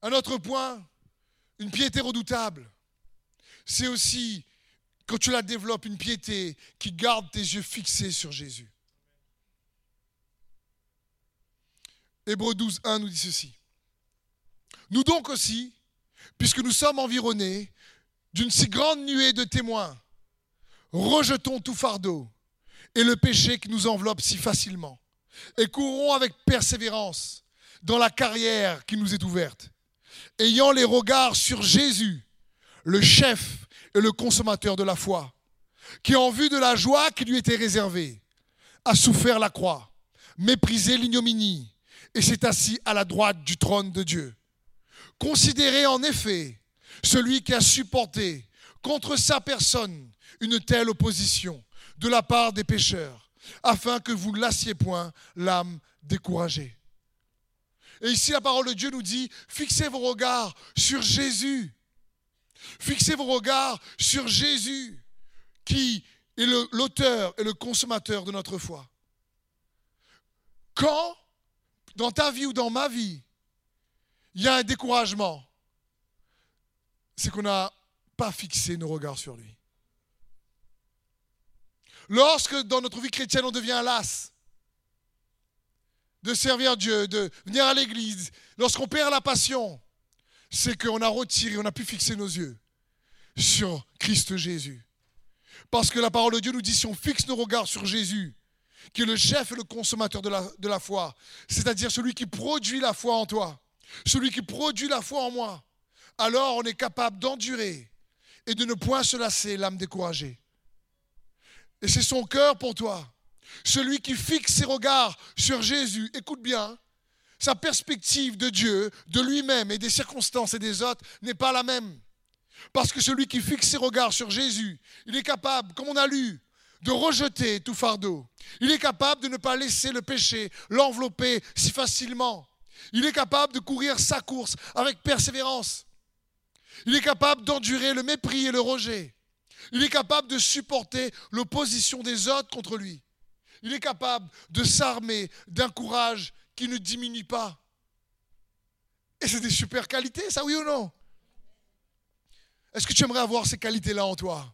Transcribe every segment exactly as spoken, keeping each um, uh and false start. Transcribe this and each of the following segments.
Un autre point, une piété redoutable, c'est aussi, quand tu la développes, une piété qui garde tes yeux fixés sur Jésus. Hébreux douze, un nous dit ceci. Nous donc aussi, puisque nous sommes environnés d'une si grande nuée de témoins, rejetons tout fardeau et le péché qui nous enveloppe si facilement, et courons avec persévérance dans la carrière qui nous est ouverte, ayant les regards sur Jésus, le chef et le consommateur de la foi, qui en vue de la joie qui lui était réservée, a souffert la croix, méprisé l'ignominie, et s'est assis à la droite du trône de Dieu. Considérez en effet celui qui a supporté contre sa personne une telle opposition de la part des pécheurs, afin que vous ne lassiez point l'âme découragée. Et ici, la parole de Dieu nous dit, fixez vos regards sur Jésus. Fixez vos regards sur Jésus, qui est le, l'auteur et le consommateur de notre foi. Quand, dans ta vie ou dans ma vie, il y a un découragement, c'est qu'on n'a pas fixé nos regards sur lui. Lorsque dans notre vie chrétienne, on devient las de servir Dieu, de venir à l'église, lorsqu'on perd la passion, c'est qu'on a retiré, on a pu fixer nos yeux sur Christ Jésus. Parce que la parole de Dieu nous dit, si on fixe nos regards sur Jésus, qui est le chef et le consommateur de la, de la foi, c'est-à-dire celui qui produit la foi en toi, celui qui produit la foi en moi, alors on est capable d'endurer et de ne point se lasser l'âme découragée. Et c'est son cœur pour toi. Celui qui fixe ses regards sur Jésus, écoute bien, sa perspective de Dieu, de lui-même et des circonstances et des autres n'est pas la même. Parce que celui qui fixe ses regards sur Jésus, il est capable, comme on a lu, de rejeter tout fardeau. Il est capable de ne pas laisser le péché l'envelopper si facilement. Il est capable de courir sa course avec persévérance. Il est capable d'endurer le mépris et le rejet. Il est capable de supporter l'opposition des autres contre lui. Il est capable de s'armer d'un courage qui ne diminue pas. Et c'est des super qualités, ça, oui ou non? Est-ce que tu aimerais avoir ces qualités-là en toi?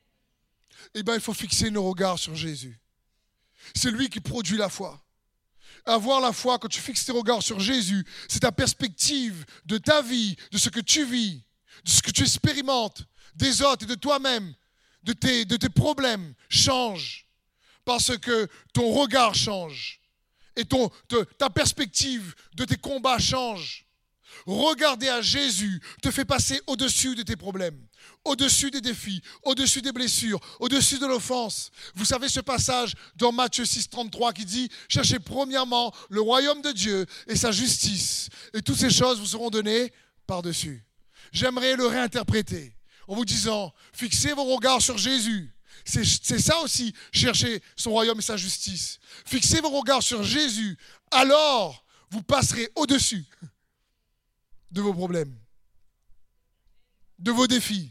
Eh bien, il faut fixer nos regards sur Jésus. C'est lui qui produit la foi. Avoir la foi, quand tu fixes tes regards sur Jésus, c'est ta perspective de ta vie, de ce que tu vis, de ce que tu expérimentes, des autres et de toi-même, de tes, de tes problèmes, change. Parce que ton regard change. Et ton, te, ta perspective de tes combats change. Regarder à Jésus te fait passer au-dessus de tes problèmes, au-dessus des défis, au-dessus des blessures, au-dessus de l'offense. Vous savez ce passage dans Matthieu six, trente-trois qui dit « Cherchez premièrement le royaume de Dieu et sa justice, et toutes ces choses vous seront données par-dessus. » J'aimerais le réinterpréter en vous disant « Fixez vos regards sur Jésus ». C'est, c'est ça aussi, chercher son royaume et sa justice. Fixez vos regards sur Jésus, alors vous passerez au-dessus de vos problèmes, de vos défis.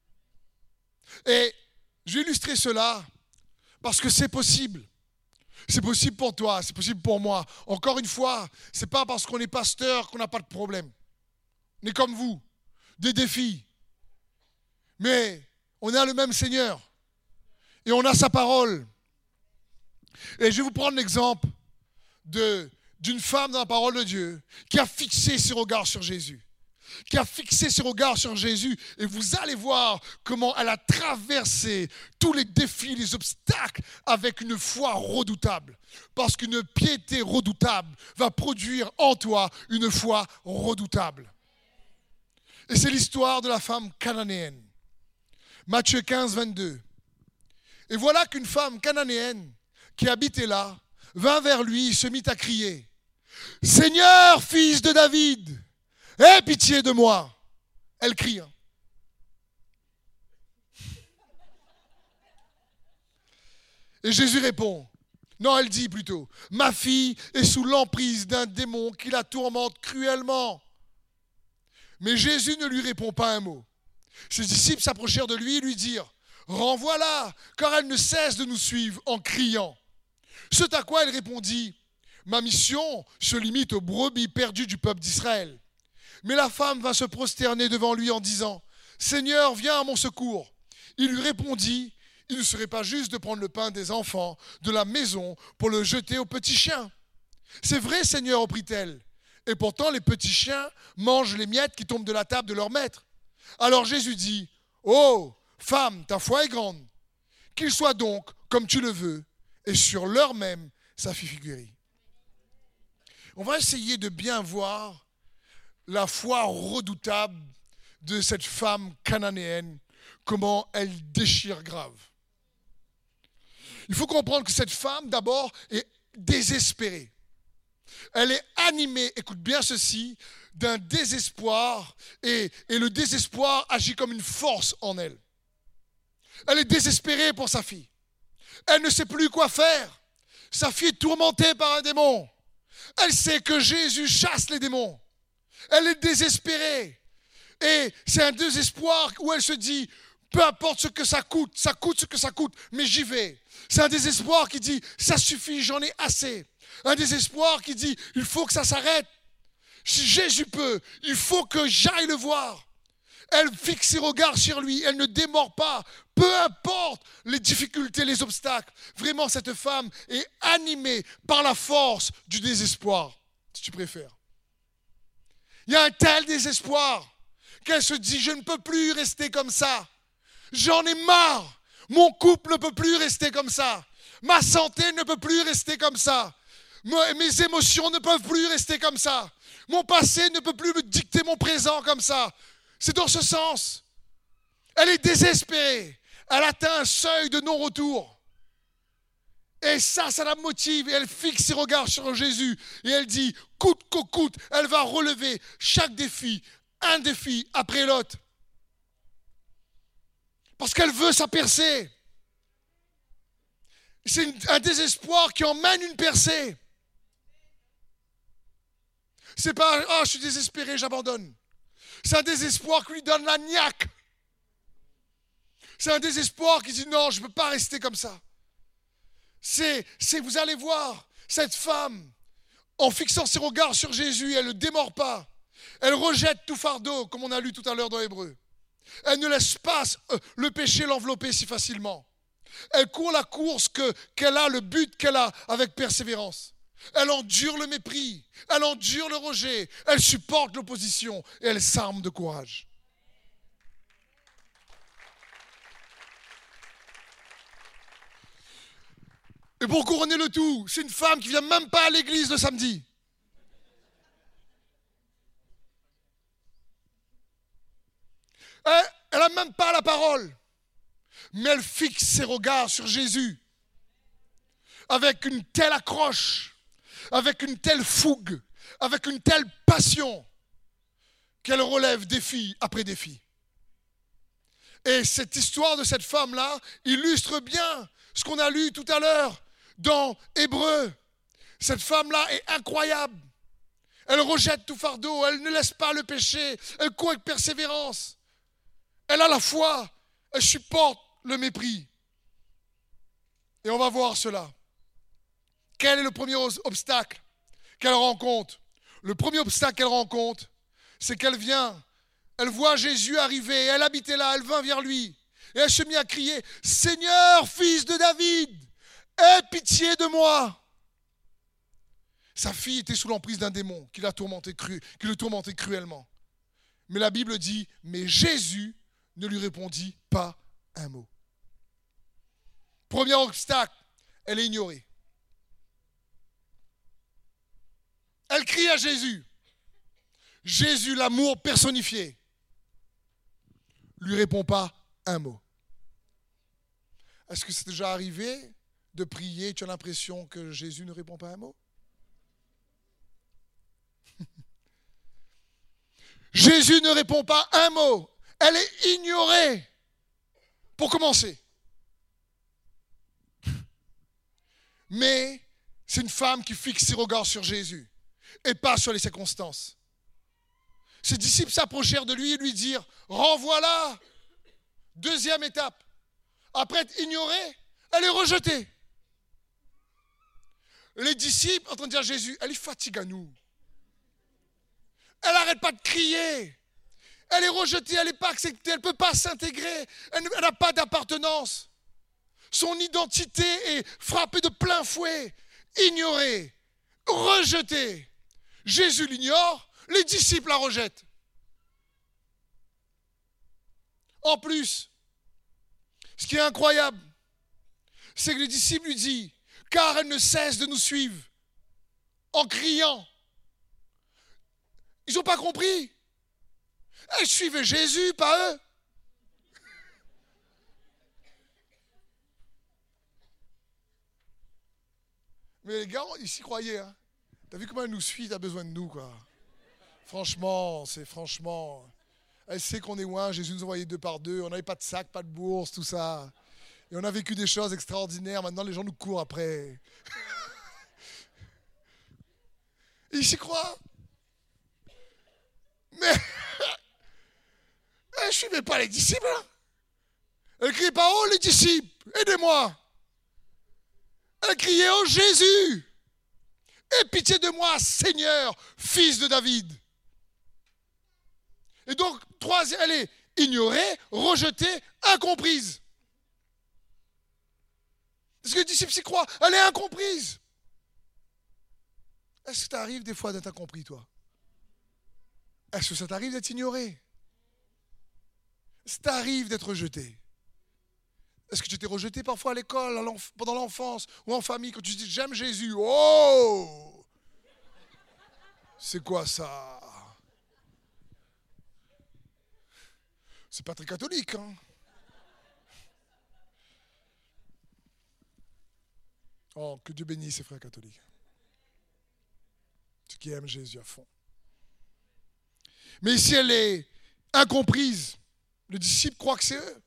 Et je vais illustrer cela parce que c'est possible. C'est possible pour toi, c'est possible pour moi. Encore une fois, ce n'est pas parce qu'on est pasteur qu'on n'a pas de problème. On est comme vous, des défis. Mais on a le même Seigneur et on a sa parole. Et je vais vous prendre l'exemple de... d'une femme dans la parole de Dieu qui a fixé ses regards sur Jésus. Qui a fixé ses regards sur Jésus. Et vous allez voir comment elle a traversé tous les défis, les obstacles avec une foi redoutable. Parce qu'une piété redoutable va produire en toi une foi redoutable. Et c'est l'histoire de la femme cananéenne. Matthieu quinze, vingt-deux. Et voilà qu'une femme cananéenne qui habitait là vint vers lui et se mit à crier. « Seigneur, fils de David, aie pitié de moi !» Elle crie. Hein. Et Jésus répond. Non, elle dit plutôt. « Ma fille est sous l'emprise d'un démon qui la tourmente cruellement. » Mais Jésus ne lui répond pas un mot. Ses disciples s'approchèrent de lui et lui dirent « Renvoie-la, car elle ne cesse de nous suivre en criant. » Ce à quoi elle répondit « Ma mission se limite aux brebis perdues du peuple d'Israël. Mais la femme vint se prosterner devant lui en disant, « Seigneur, viens à mon secours. » Il lui répondit, « Il ne serait pas juste de prendre le pain des enfants de la maison pour le jeter aux petits chiens. » « C'est vrai, Seigneur, reprit-elle. Et pourtant, les petits chiens mangent les miettes qui tombent de la table de leur maître. » Alors Jésus dit, « Oh, femme, ta foi est grande. Qu'il soit donc comme tu le veux. » Et sur l'heure même, ça fit figurer. On va essayer de bien voir la foi redoutable de cette femme cananéenne, comment elle déchire grave. Il faut comprendre que cette femme, d'abord, est désespérée. Elle est animée, écoute bien ceci, d'un désespoir, et, et le désespoir agit comme une force en elle. Elle est désespérée pour sa fille. Elle ne sait plus quoi faire. Sa fille est tourmentée par un démon. Elle sait que Jésus chasse les démons. Elle est désespérée. Et c'est un désespoir où elle se dit, peu importe ce que ça coûte, ça coûte ce que ça coûte, mais j'y vais. C'est un désespoir qui dit, ça suffit, j'en ai assez. Un désespoir qui dit, il faut que ça s'arrête. Si Jésus peut, il faut que j'aille le voir. Elle fixe ses regards sur lui, elle ne démord pas. Peu importe les difficultés, les obstacles. Vraiment, cette femme est animée par la force du désespoir, si tu préfères. Il y a un tel désespoir qu'elle se dit, je ne peux plus rester comme ça. J'en ai marre. Mon couple ne peut plus rester comme ça. Ma santé ne peut plus rester comme ça. Mes émotions ne peuvent plus rester comme ça. Mon passé ne peut plus me dicter mon présent comme ça. C'est dans ce sens. Elle est désespérée. Elle atteint un seuil de non-retour. Et ça, ça la motive. Et elle fixe ses regards sur Jésus. Et elle dit, coûte que coûte, elle va relever chaque défi, un défi après l'autre. Parce qu'elle veut sa percée. C'est une, un désespoir qui emmène une percée. C'est pas, ah, oh, je suis désespéré, j'abandonne. C'est un désespoir qui lui donne la niaque. C'est un désespoir qui dit non, je ne peux pas rester comme ça. C'est, c'est, vous allez voir, cette femme, en fixant ses regards sur Jésus, elle ne le démord pas. Elle rejette tout fardeau, comme on a lu tout à l'heure dans Hébreu. Elle ne laisse pas le péché l'envelopper si facilement. Elle court la course que, qu'elle a, le but qu'elle a, avec persévérance. Elle endure le mépris, elle endure le rejet, elle supporte l'opposition et elle s'arme de courage. Et pour couronner le tout, c'est une femme qui ne vient même pas à l'église le samedi. Elle n'a même pas la parole, mais elle fixe ses regards sur Jésus avec une telle accroche, avec une telle fougue, avec une telle passion, qu'elle relève défi après défi. Et cette histoire de cette femme-là illustre bien ce qu'on a lu tout à l'heure dans Hébreu. Cette femme-là est incroyable. Elle rejette tout fardeau, elle ne laisse pas le péché, elle court avec persévérance. Elle a la foi, elle supporte le mépris. Et on va voir cela. Quel est le premier obstacle qu'elle rencontre? Le premier obstacle qu'elle rencontre, c'est qu'elle vient, elle voit Jésus arriver, elle habitait là, elle vint vers lui. Et elle se mit à crier, « Seigneur, fils de David, aie pitié de moi !» Sa fille était sous l'emprise d'un démon qui, l'a tourmenté cru, qui le tourmentait cruellement. Mais la Bible dit, mais Jésus ne lui répondit pas un mot. Premier obstacle, elle est ignorée. Elle crie à Jésus. Jésus, l'amour personnifié, lui répond pas un mot. Est-ce que c'est déjà arrivé de prier, tu as l'impression que Jésus ne répond pas un mot? Jésus ne répond pas un mot. Elle est ignorée. Pour commencer. Mais c'est une femme qui fixe ses regards sur Jésus et pas sur les circonstances. Ses disciples s'approchèrent de lui et lui dirent « Renvoie-la !» Deuxième étape. Après être ignorée, elle est rejetée. Les disciples entendent dire à Jésus « Elle est fatiguée à nous. Elle n'arrête pas de crier. Elle est rejetée, elle n'est pas acceptée, elle ne peut pas s'intégrer. Elle n'a pas d'appartenance. Son identité est frappée de plein fouet, ignorée, rejetée. Jésus l'ignore, les disciples la rejettent. En plus, ce qui est incroyable, c'est que les disciples lui disent, car elle ne cesse de nous suivre, en criant. Ils n'ont pas compris. Elle suivait Jésus, pas eux. Mais les gars, ils s'y croyaient. Hein. T'as vu comment elle nous suit, t'as besoin de nous, quoi. Franchement, c'est franchement... Elle sait qu'on est loin, Jésus nous envoyait deux par deux, on n'avait pas de sac, pas de bourse, tout ça. Et on a vécu des choses extraordinaires, maintenant les gens nous courent après. Ils s'y croient. Mais elle ne suivait pas les disciples. Hein. Elle criait pas, oh les disciples, aidez-moi. Elle criait, oh Jésus, aie pitié de moi, Seigneur, fils de David. Et donc, troisième, elle est ignorée, rejetée, incomprise. Est-ce que les disciples s'y croient? Elle est incomprise. Est-ce que ça t'arrive des fois d'être incompris, toi? Est-ce que ça t'arrive d'être ignoré? Est-ce que ça t'arrive d'être rejeté? Est-ce que tu t'es rejeté parfois à l'école, à l'enf- pendant l'enfance, ou en famille, quand tu dis j'aime Jésus? Oh! C'est quoi ça? C'est pas très catholique, hein? Oh, que Dieu bénisse ces frères catholiques. Ceux qui aiment Jésus à fond. Mais si elle est incomprise, le disciple croit que c'est eux.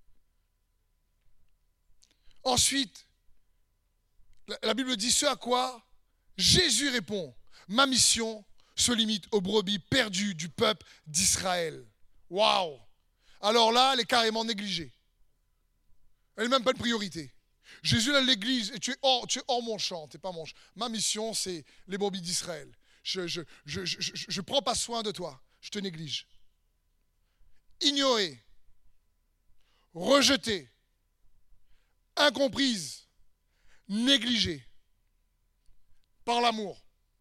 Ensuite, la, la Bible dit ce à quoi Jésus répond. Ma mission se limite aux brebis perdues du peuple d'Israël. Waouh! Alors là, elle est carrément négligée. Elle n'est même pas une priorité. Jésus est à l'église et tu es hors, tu es hors mon champ, tu n'es pas mon champ. Ma mission, c'est les brebis d'Israël. Je ne je, je, je, je, je prends pas soin de toi, je te néglige. Ignorée, rejetée, incomprise, négligée par l'amour.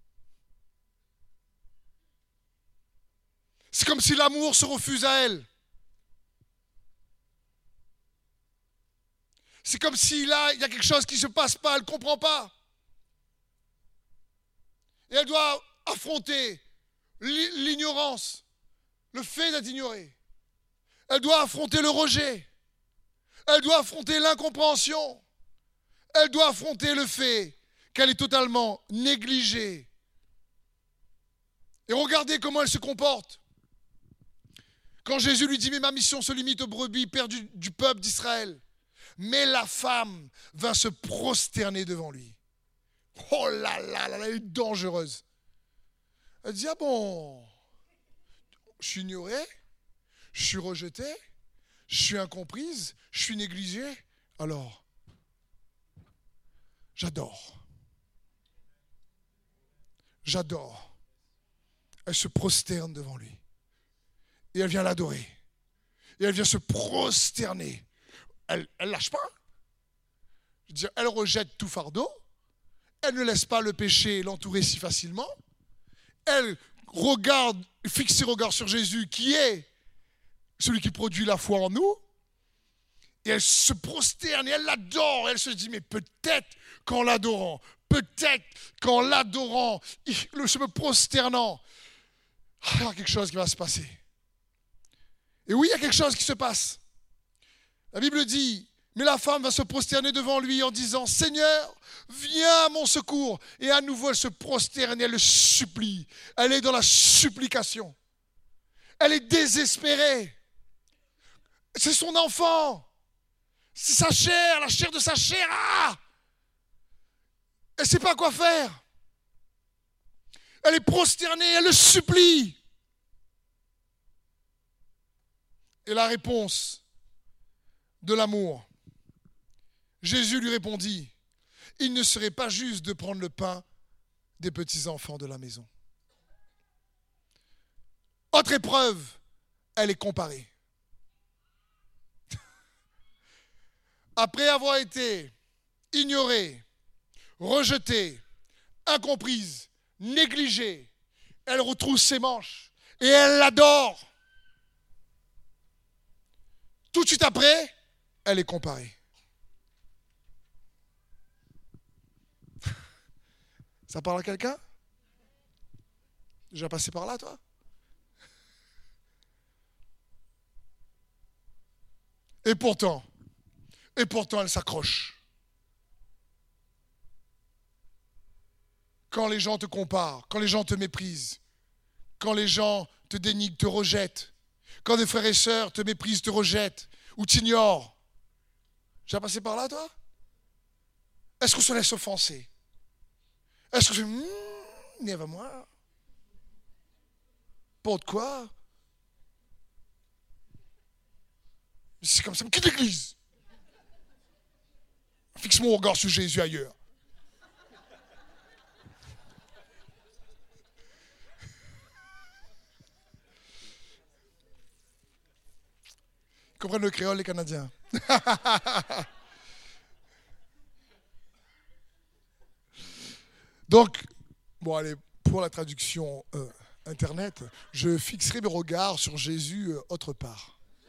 C'est comme si l'amour se refuse à elle. C'est comme si là, il y a quelque chose qui ne se passe pas, elle ne comprend pas. Et elle doit affronter l'ignorance, le fait d'être ignorée. Elle doit affronter le rejet. Elle doit affronter l'incompréhension. Elle doit affronter le fait qu'elle est totalement négligée. Et regardez comment elle se comporte. Quand Jésus lui dit, mais ma mission se limite aux brebis perdues du peuple d'Israël. Mais la femme va se prosterner devant lui. Oh là là là, elle est dangereuse. Elle dit, ah bon, je suis ignorée, je suis rejetée, je suis incomprise, je suis négligée. Alors, j'adore. J'adore. Elle se prosterne devant lui. Et elle vient l'adorer. Et elle vient se prosterner. Elle ne lâche pas. Je veux dire, elle rejette tout fardeau. Elle ne laisse pas le péché l'entourer si facilement. Elle regarde, fixe ses regards sur Jésus, qui est celui qui produit la foi en nous. Et elle se prosterne et elle l'adore. Et elle se dit, mais peut-être qu'en l'adorant, peut-être qu'en l'adorant, se me prosternant, il y a quelque chose qui va se passer. Et oui, il y a quelque chose qui se passe. La Bible dit, mais la femme va se prosterner devant lui en disant, Seigneur, viens à mon secours. Et à nouveau, elle se prosterne et elle le supplie. Elle est dans la supplication. Elle est désespérée. C'est son enfant. C'est sa chair, la chair de sa chair. Ah! Elle ne sait pas quoi faire. Elle est prosternée, elle le supplie. Et la réponse de l'amour. Jésus lui répondit, il ne serait pas juste de prendre le pain des petits enfants de la maison. Autre épreuve, elle est comparée. Après avoir été ignorée, rejetée, incomprise, négligée, elle retrousse ses manches et elle l'adore. Tout de suite après, elle est comparée. Ça parle à quelqu'un? Déjà passé par là, toi? Et pourtant, et pourtant, elle s'accroche. Quand les gens te comparent, quand les gens te méprisent, quand les gens te dénigrent, te rejettent, quand des frères et sœurs te méprisent, te rejettent ou t'ignorent. J'ai passé par là, toi? Est-ce qu'on se laisse offenser? Est-ce que je mmm, viens vers moi? Pour de quoi? C'est comme ça, me quitte l'église. Fixe mon regard sur Jésus ailleurs. Ils comprennent le créole, les Canadiens. Donc, bon allez, pour la traduction euh, internet, je fixerai mes regards sur Jésus euh, autre part.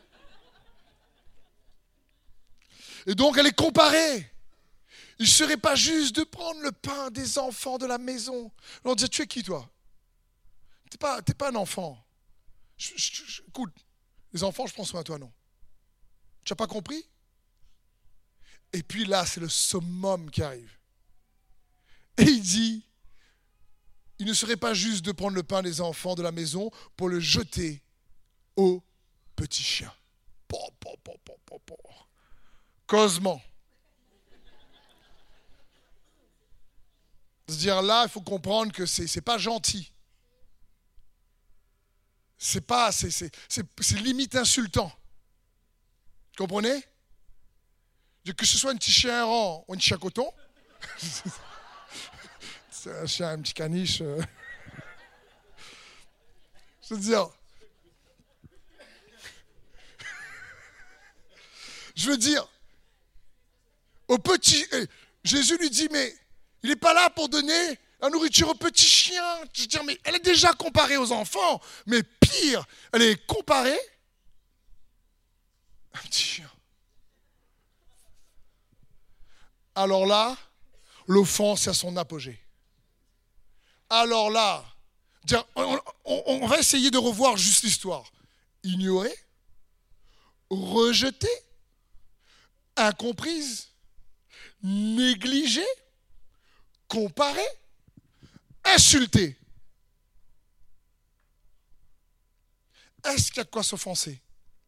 Et donc, elle est comparée. Il ne serait pas juste de prendre le pain des enfants de la maison. On dit, tu es qui, toi? Tu n'es pas, t'es pas un enfant. Je, je, je, écoute, les enfants, je prends soin de toi, non? Tu n'as pas compris? Et puis là, c'est le summum qui arrive. Et il dit, il ne serait pas juste de prendre le pain des enfants de la maison pour le jeter aux petits chiens. Po, po, po, po, po, po. Causement. C'est-à-dire là, il faut comprendre que c'est, c'est pas gentil. C'est pas, c'est, c'est, c'est, c'est limite insultant. Vous comprenez? Que ce soit un petit chien errant ou un petit chien coton, c'est un chien, un petit caniche. Euh... Je veux dire, je veux dire, au petit, Jésus lui dit, mais il n'est pas là pour donner la nourriture aux petits chiens. Je veux dire, mais elle est déjà comparée aux enfants, mais pire, elle est comparée à un petit chien. Alors là, l'offense est à son apogée. Alors là, on, on, on va essayer de revoir juste l'histoire. Ignorée, rejetée, incomprise, négligée, comparée, insultée. Est-ce qu'il y a de quoi s'offenser?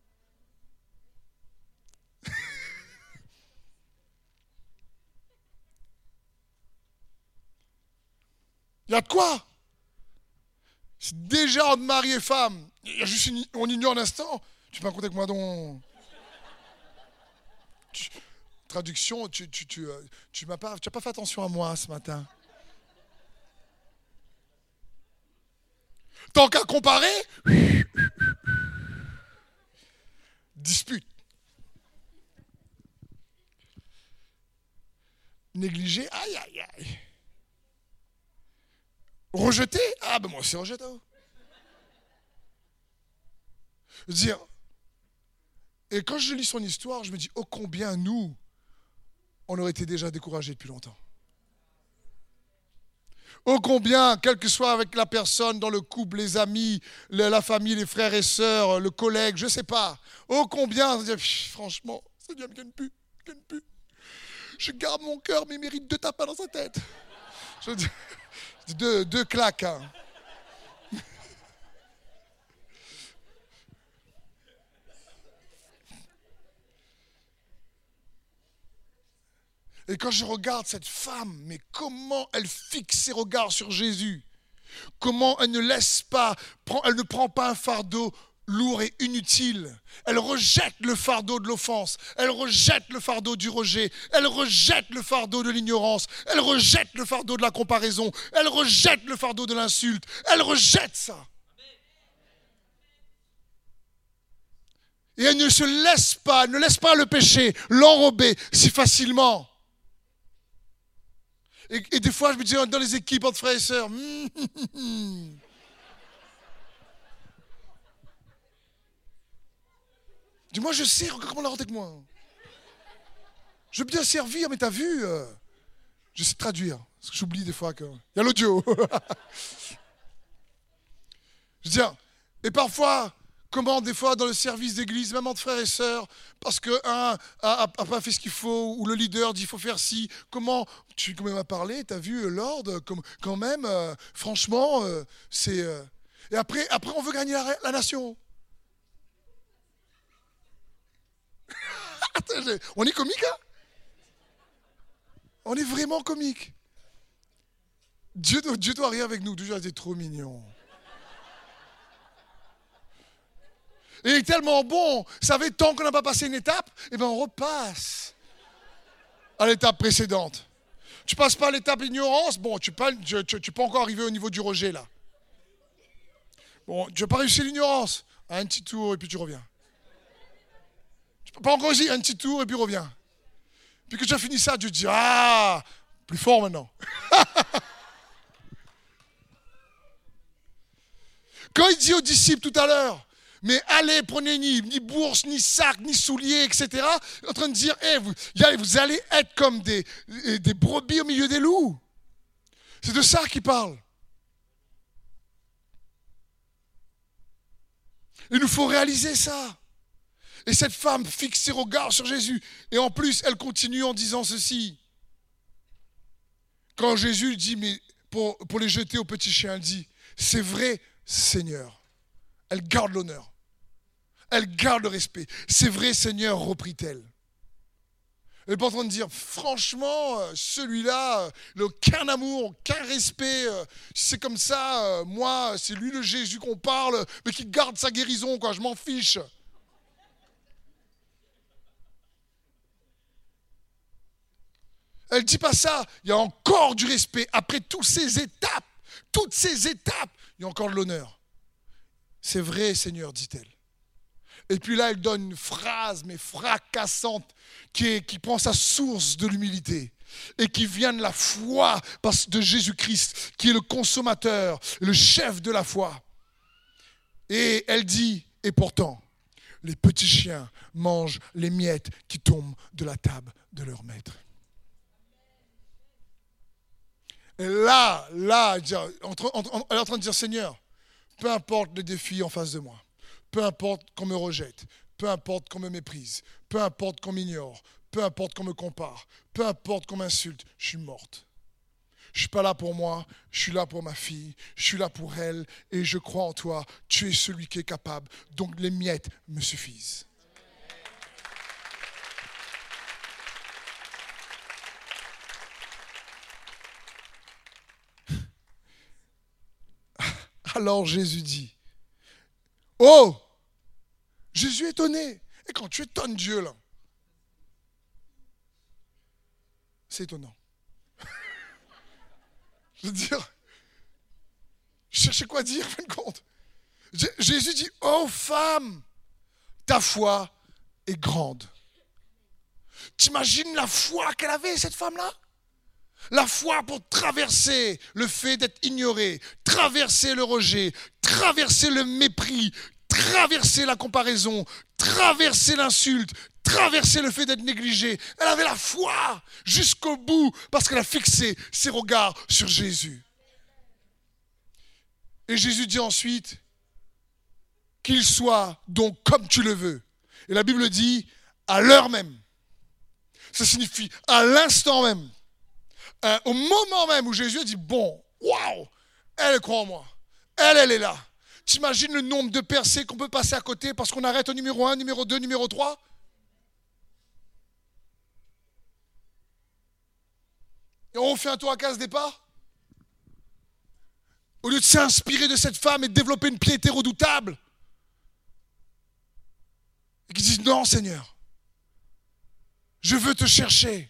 Il y a de quoi? C'est déjà entre mari et femme. Il y a juste une, on ignore un instant. Tu peux pas compter avec moi donc. Tu, traduction, tu tu tu tu m'as pas tu as pas fait attention à moi ce matin. Tant qu'à comparer, dispute. Négligé, aïe aïe aïe. Rejeté? Ah ben moi aussi rejeté. Je veux dire, et quand je lis son histoire, je me dis, oh combien nous, on aurait été déjà découragés depuis longtemps. Oh combien, quel que soit avec la personne, dans le couple, les amis, la famille, les frères et sœurs, le collègue, je ne sais pas. Oh combien, franchement, c'est bien, qu'il ne pue, qu'il ne pue. Je garde mon cœur, mais il mérite deux tapas dans sa tête. Je veux dire, Deux, deux claques. Hein. Et quand je regarde cette femme, mais comment elle fixe ses regards sur Jésus? Comment elle ne laisse pas, elle ne prend pas un fardeau lourd et inutile. Elle rejette le fardeau de l'offense. Elle rejette le fardeau du rejet. Elle rejette le fardeau de l'ignorance. Elle rejette le fardeau de la comparaison. Elle rejette le fardeau de l'insulte. Elle rejette ça. Et elle ne se laisse pas, elle ne laisse pas le péché l'enrober si facilement. Et, et des fois, je me dis dans les équipes entre frères et sœurs, mm, mm, mm. Dis-moi, je sais, regarde comment la rentre avec moi. Je veux bien servir, mais t'as vu, euh, je sais traduire, parce que j'oublie des fois que... Il y a l'audio. Je veux dire, et parfois, comment des fois dans le service d'église, même entre frères et sœurs, parce qu'un n'a pas fait ce qu'il faut, ou le leader dit il faut faire ci, comment tu quand même as parlé, t'as vu, Lord, comme, quand même, euh, franchement, euh, c'est... Euh, et après, après, on veut gagner la, la nation. On est comique, hein? On est vraiment comique. Dieu, Dieu doit rien avec nous. Dieu a été trop mignon. Et il est tellement bon. Vous savez, tant qu'on n'a pas passé une étape, eh ben on repasse à l'étape précédente. Tu passes pas à l'étape ignorance, bon, tu peux, tu, tu, tu peux encore arriver au niveau du rejet, là. Bon, tu n'as pas réussi l'ignorance. Un petit tour et puis tu reviens. Tu peux pas encore réussir un petit tour et puis reviens. Puis que tu as fini ça, tu te dis, ah, plus fort maintenant. Quand il dit aux disciples tout à l'heure, mais allez, prenez ni, ni bourse, ni sac, ni souliers, et cetera. En train de dire, hey, vous, vous allez être comme des, des brebis au milieu des loups. C'est de ça qu'il parle. Il nous faut réaliser ça. Et cette femme fixe ses regards sur Jésus. Et en plus, elle continue en disant ceci. Quand Jésus dit, mais pour, pour les jeter au petit chien, elle dit, c'est vrai, Seigneur. Elle garde l'honneur. Elle garde le respect. C'est vrai, Seigneur, reprit-elle. Elle n'est pas en train de dire, franchement, celui-là, il n'a aucun amour, aucun respect. C'est comme ça, moi, c'est lui le Jésus qu'on parle, mais qui garde sa guérison, quoi, je m'en fiche. Elle ne dit pas ça. Il y a encore du respect. Après toutes ces étapes, toutes ces étapes, il y a encore de l'honneur. C'est vrai, Seigneur, dit-elle. Et puis là, elle donne une phrase, mais fracassante, qui, est, qui prend sa source de l'humilité et qui vient de la foi de Jésus-Christ, qui est le consommateur, le chef de la foi. Et elle dit, et pourtant, les petits chiens mangent les miettes qui tombent de la table de leur maître. Et là, là, elle est en train de dire, Seigneur, peu importe les défis en face de moi, peu importe qu'on me rejette, peu importe qu'on me méprise, peu importe qu'on m'ignore, peu importe qu'on me compare, peu importe qu'on m'insulte, je suis morte. Je ne suis pas là pour moi, je suis là pour ma fille, je suis là pour elle, et je crois en toi, tu es celui qui est capable, donc les miettes me suffisent. Alors Jésus dit, oh, Jésus est étonné. Et quand tu étonnes Dieu, là, c'est étonnant. Je veux dire, je cherchais quoi dire, en fin de compte. Jésus dit, oh femme, ta foi est grande. T'imagines la foi qu'elle avait, cette femme-là ? La foi pour traverser le fait d'être ignoré, traverser le rejet, traverser le mépris, traverser la comparaison, traverser l'insulte, traverser le fait d'être négligé. Elle avait la foi jusqu'au bout parce qu'elle a fixé ses regards sur Jésus. Et Jésus dit ensuite, qu'il soit donc comme tu le veux. Et la Bible dit, à l'heure même. Ça signifie à l'instant même. Euh, au moment même où Jésus a dit, bon, waouh, elle croit en moi. Elle, elle est là. T'imagines le nombre de percées qu'on peut passer à côté parce qu'on arrête au numéro un, numéro deux, numéro trois? Et on fait un tour à casse départ? Au lieu de s'inspirer de cette femme et de développer une piété redoutable. Et qui disent, non Seigneur, je veux te chercher.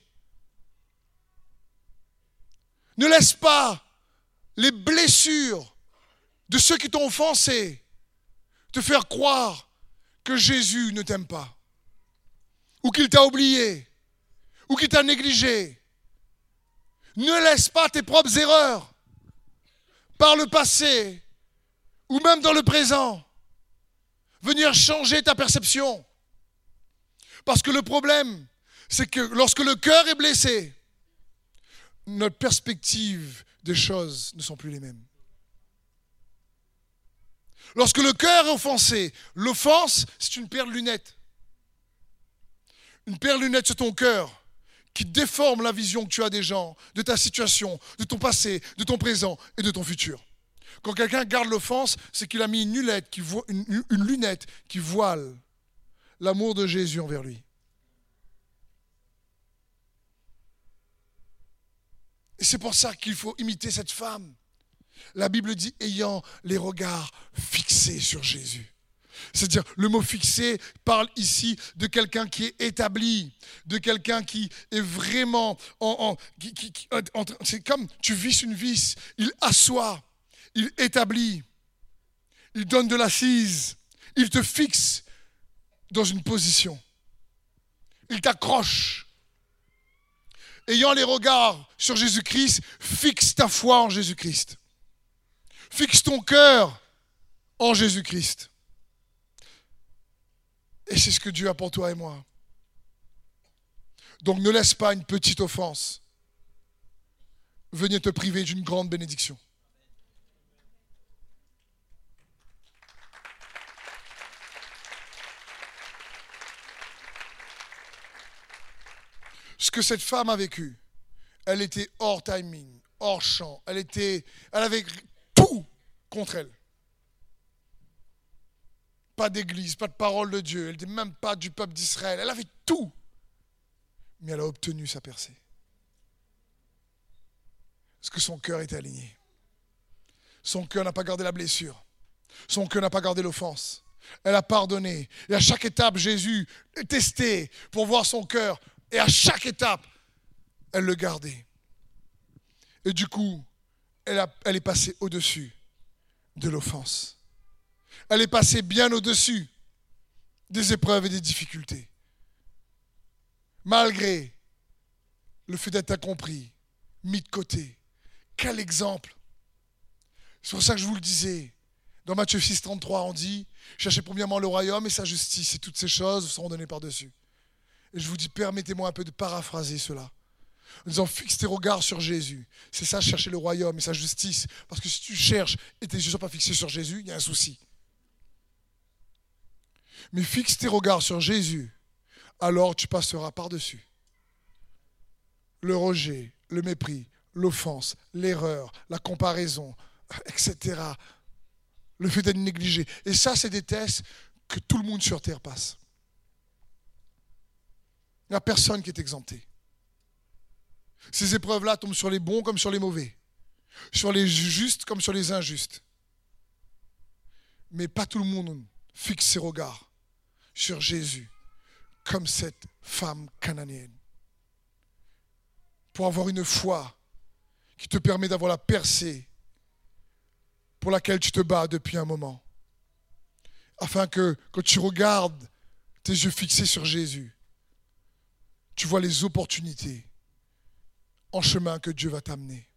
Ne laisse pas les blessures de ceux qui t'ont offensé te faire croire que Jésus ne t'aime pas, ou qu'il t'a oublié, ou qu'il t'a négligé. Ne laisse pas tes propres erreurs, par le passé, ou même dans le présent, venir changer ta perception. Parce que le problème, c'est que lorsque le cœur est blessé, notre perspective des choses ne sont plus les mêmes. Lorsque le cœur est offensé, l'offense, c'est une paire de lunettes. Une paire de lunettes sur ton cœur qui déforme la vision que tu as des gens, de ta situation, de ton passé, de ton présent et de ton futur. Quand quelqu'un garde l'offense, c'est qu'il a mis une lunette qui, vo- une, une lunette qui voile l'amour de Jésus envers lui. Et c'est pour ça qu'il faut imiter cette femme. La Bible dit ayant les regards fixés sur Jésus. C'est-à-dire, le mot fixé parle ici de quelqu'un qui est établi, de quelqu'un qui est vraiment en, en, qui, qui, qui, en, c'est comme tu visses une vis, il assoit, il établit, il donne de l'assise, il te fixe dans une position, il t'accroche. Ayant les regards sur Jésus-Christ, fixe ta foi en Jésus-Christ. Fixe ton cœur en Jésus-Christ. Et c'est ce que Dieu a pour toi et moi. Donc ne laisse pas une petite offense venir te priver d'une grande bénédiction. Ce que cette femme a vécu, elle était hors timing, hors champ, elle était, elle avait tout contre elle. Pas d'église, pas de parole de Dieu, elle n'était même pas du peuple d'Israël, elle avait tout. Mais elle a obtenu sa percée. Parce que son cœur était aligné. Son cœur n'a pas gardé la blessure. Son cœur n'a pas gardé l'offense. Elle a pardonné. Et à chaque étape, Jésus est testé pour voir son cœur. Et à chaque étape, elle le gardait. Et du coup, elle, a, elle est passée au-dessus de l'offense. Elle est passée bien au-dessus des épreuves et des difficultés. Malgré le fait d'être incompris, mis de côté. Quel exemple! C'est pour ça que je vous le disais. Dans Matthieu six, trente-trois, on dit « Cherchez premièrement le royaume et sa justice, et toutes ces choses vous seront données par-dessus. » Et je vous dis, permettez-moi un peu de paraphraser cela. En disant, fixe tes regards sur Jésus. C'est ça, chercher le royaume et sa justice. Parce que si tu cherches et tes yeux ne sont pas fixés sur Jésus, il y a un souci. Mais fixe tes regards sur Jésus, alors tu passeras par-dessus. Le rejet, le mépris, l'offense, l'erreur, la comparaison, et cetera. Le fait d'être négligé. Et ça, c'est des tests que tout le monde sur terre passe. Il n'y a personne qui est exempté. Ces épreuves-là tombent sur les bons comme sur les mauvais, sur les justes comme sur les injustes. Mais pas tout le monde fixe ses regards sur Jésus comme cette femme cananéenne. Pour avoir une foi qui te permet d'avoir la percée pour laquelle tu te bats depuis un moment. Afin que quand tu regardes tes yeux fixés sur Jésus, tu vois les opportunités en chemin que Dieu va t'amener.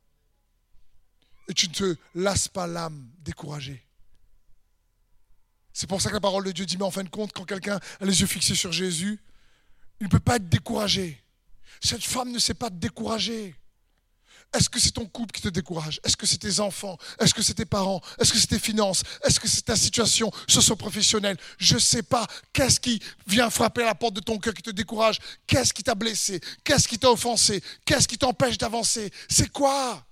Et tu ne te lasses pas l'âme découragée. C'est pour ça que la parole de Dieu dit, mais en fin de compte, quand quelqu'un a les yeux fixés sur Jésus, il ne peut pas être découragé. Cette femme ne sait pas te décourager. Est-ce que c'est ton couple qui te décourage? Est-ce que c'est tes enfants? Est-ce que c'est tes parents? Est-ce que c'est tes finances? Est-ce que c'est ta situation socio-professionnelle? Je ne sais pas. Qu'est-ce qui vient frapper à la porte de ton cœur qui te décourage? Qu'est-ce qui t'a blessé? Qu'est-ce qui t'a offensé? Qu'est-ce qui t'empêche d'avancer? C'est quoi?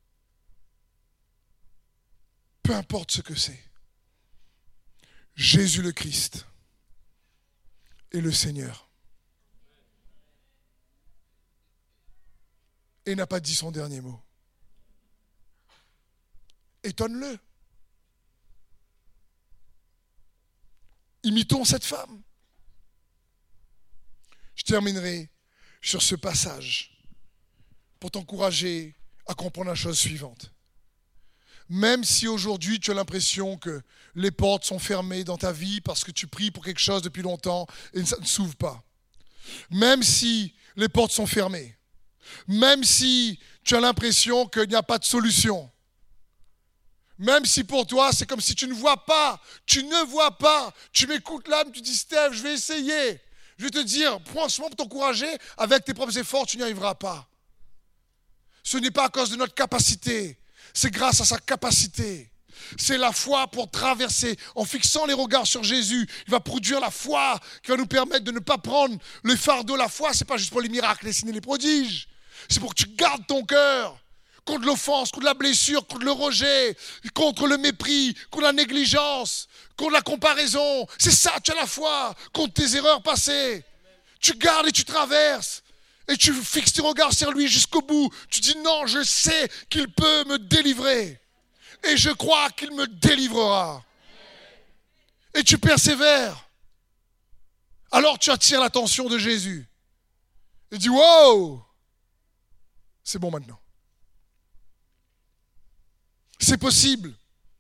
Peu importe ce que c'est. Jésus le Christ est le Seigneur. Et n'a pas dit son dernier mot. Étonne-le. Imitons cette femme. Je terminerai sur ce passage pour t'encourager à comprendre la chose suivante. Même si aujourd'hui tu as l'impression que les portes sont fermées dans ta vie parce que tu pries pour quelque chose depuis longtemps et ça ne s'ouvre pas. Même si les portes sont fermées. Même si tu as l'impression qu'il n'y a pas de solution. Même si pour toi, c'est comme si tu ne vois pas. Tu ne vois pas. Tu m'écoutes là, tu dis, Steph, je vais essayer. Je vais te dire, franchement, pour t'encourager, avec tes propres efforts, tu n'y arriveras pas. Ce n'est pas à cause de notre capacité. C'est grâce à sa capacité. C'est la foi pour traverser. En fixant les regards sur Jésus, il va produire la foi qui va nous permettre de ne pas prendre le fardeau. La foi, ce n'est pas juste pour les miracles, les signes et les prodiges. C'est pour que tu gardes ton cœur contre l'offense, contre la blessure, contre le rejet, contre le mépris, contre la négligence, contre la comparaison. C'est ça, tu as la foi, contre tes erreurs passées. Tu gardes et tu traverses. Et tu fixes tes regards sur lui jusqu'au bout. Tu dis non, je sais qu'il peut me délivrer. Et je crois qu'il me délivrera. Et tu persévères. Alors tu attires l'attention de Jésus. Et dis wow, c'est bon maintenant. C'est possible.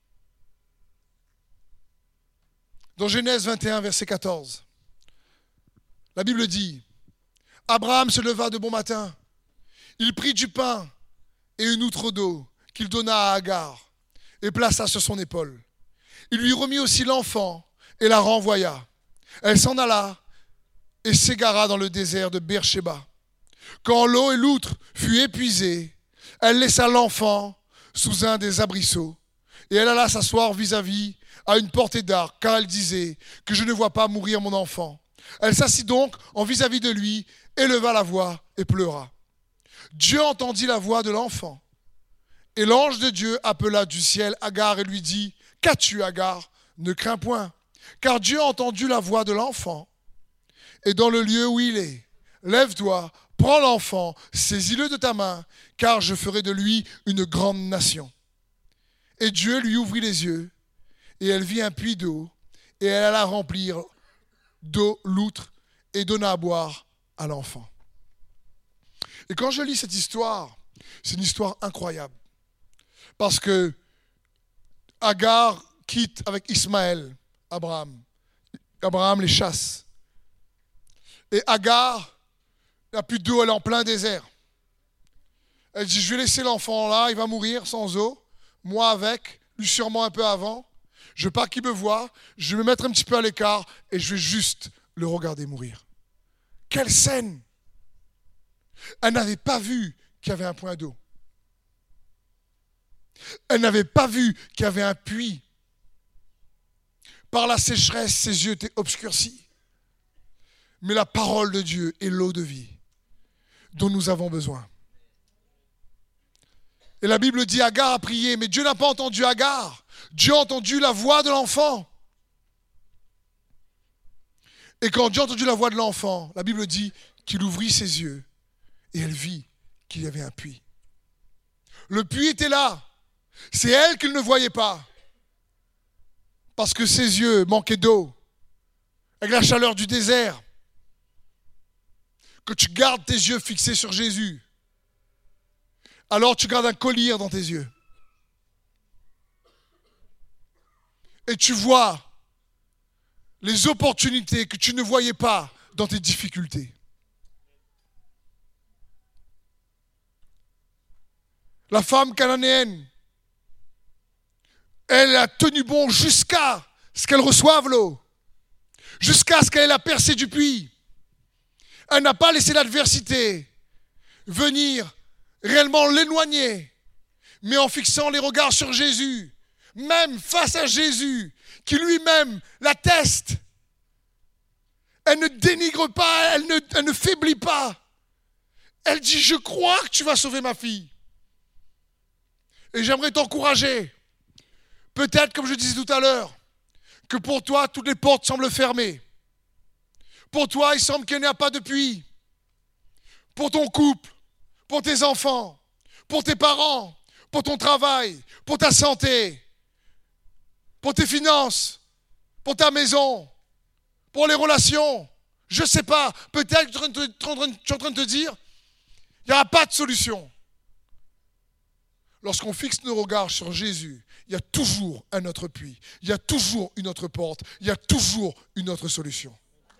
Dans Genèse vingt et un, verset quatorze, la Bible dit, Abraham se leva de bon matin. Il prit du pain et une outre d'eau qu'il donna à Agar et plaça sur son épaule. Il lui remit aussi l'enfant et la renvoya. Elle s'en alla et s'égara dans le désert de Beersheba. Quand l'eau et l'outre furent épuisées, elle laissa l'enfant sous un des arbrisseaux et elle alla s'asseoir vis-à-vis à une portée d'arc, car elle disait que je ne vois pas mourir mon enfant. Elle s'assit donc en vis-à-vis de lui, éleva la voix et pleura. Dieu entendit la voix de l'enfant. Et l'ange de Dieu appela du ciel Agar et lui dit, « Qu'as-tu, Agar? Ne crains point, car Dieu a entendu la voix de l'enfant. Et dans le lieu où il est, lève-toi, prends l'enfant, saisis-le de ta main, car je ferai de lui une grande nation. » Et Dieu lui ouvrit les yeux, et elle vit un puits d'eau, et elle alla remplir d'eau l'outre, et donna à boire à l'enfant. Et quand je lis cette histoire, c'est une histoire incroyable. Parce que Agar quitte avec Ismaël, Abraham. Abraham les chasse. Et Agar n'a plus d'eau, elle est en plein désert. Elle dit, je vais laisser l'enfant là, il va mourir sans eau. Moi avec, lui sûrement un peu avant. Je veux pas qu'il me voie, je vais me mettre un petit peu à l'écart et je vais juste le regarder mourir. Quelle scène! Elle n'avait pas vu qu'il y avait un point d'eau. Elle n'avait pas vu qu'il y avait un puits. Par la sécheresse, ses yeux étaient obscurcis. Mais la parole de Dieu est l'eau de vie dont nous avons besoin. Et la Bible dit Agar a prié, mais Dieu n'a pas entendu Agar. Dieu a entendu la voix de l'enfant. Et quand Dieu a entendu la voix de l'enfant, la Bible dit qu'il ouvrit ses yeux et elle vit qu'il y avait un puits. Le puits était là. C'est elle qu'il ne voyait pas. Parce que ses yeux manquaient d'eau. Avec la chaleur du désert. Que tu gardes tes yeux fixés sur Jésus. Alors tu gardes un collier dans tes yeux. Et tu vois les opportunités que tu ne voyais pas dans tes difficultés. La femme cananéenne, elle a tenu bon jusqu'à ce qu'elle reçoive l'eau, jusqu'à ce qu'elle ait la percée du puits. Elle n'a pas laissé l'adversité venir réellement l'éloigner, mais en fixant les regards sur Jésus, même face à Jésus, qui lui-même l'atteste. Elle ne dénigre pas, elle ne, elle ne faiblit pas. Elle dit, je crois que tu vas sauver ma fille. Et j'aimerais t'encourager. Peut-être, comme je disais tout à l'heure, que pour toi, toutes les portes semblent fermées. Pour toi, il semble qu'il n'y a pas de puits. Pour ton couple, pour tes enfants, pour tes parents, pour ton travail, pour ta santé, pour tes finances, pour ta maison, pour les relations. Je ne sais pas, peut-être que tu es en train de te dire, il n'y aura pas de solution. lorsqu'on fixe nos regards sur Jésus, il y a toujours un autre puits, il y a toujours une autre porte, il y a toujours une autre solution.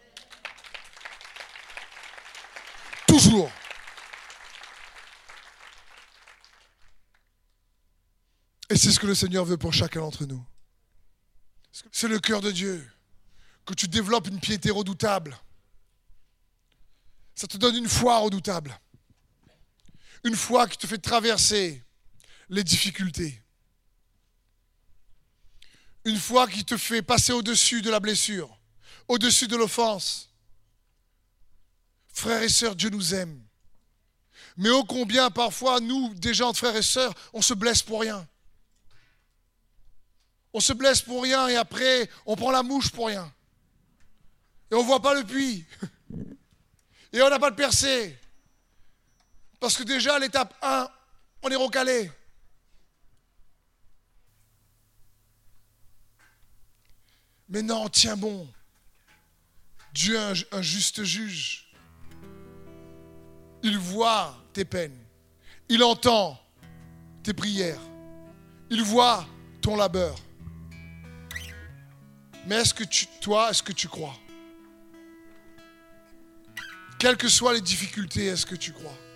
Toujours. Et c'est ce que le Seigneur veut pour chacun d'entre nous. C'est le cœur de Dieu. Que tu développes une piété redoutable. Ça te donne une foi redoutable. Une foi qui te fait traverser les difficultés. Une foi qui te fait passer au-dessus de la blessure, au-dessus de l'offense. Frères et sœurs, Dieu nous aime. Mais ô combien parfois, nous, des gens de frères et sœurs, on se blesse pour rien. On se blesse pour rien et après, on prend la mouche pour rien. Et on ne voit pas le puits. Et on n'a pas de percée. Parce que déjà, à l'étape un, on est recalé. Mais non, tiens bon. Dieu est un, un juste juge. Il voit tes peines. Il entend tes prières. Il voit ton labeur. Mais est-ce que tu, toi, est-ce que tu crois? Quelles que soient les difficultés, est-ce que tu crois?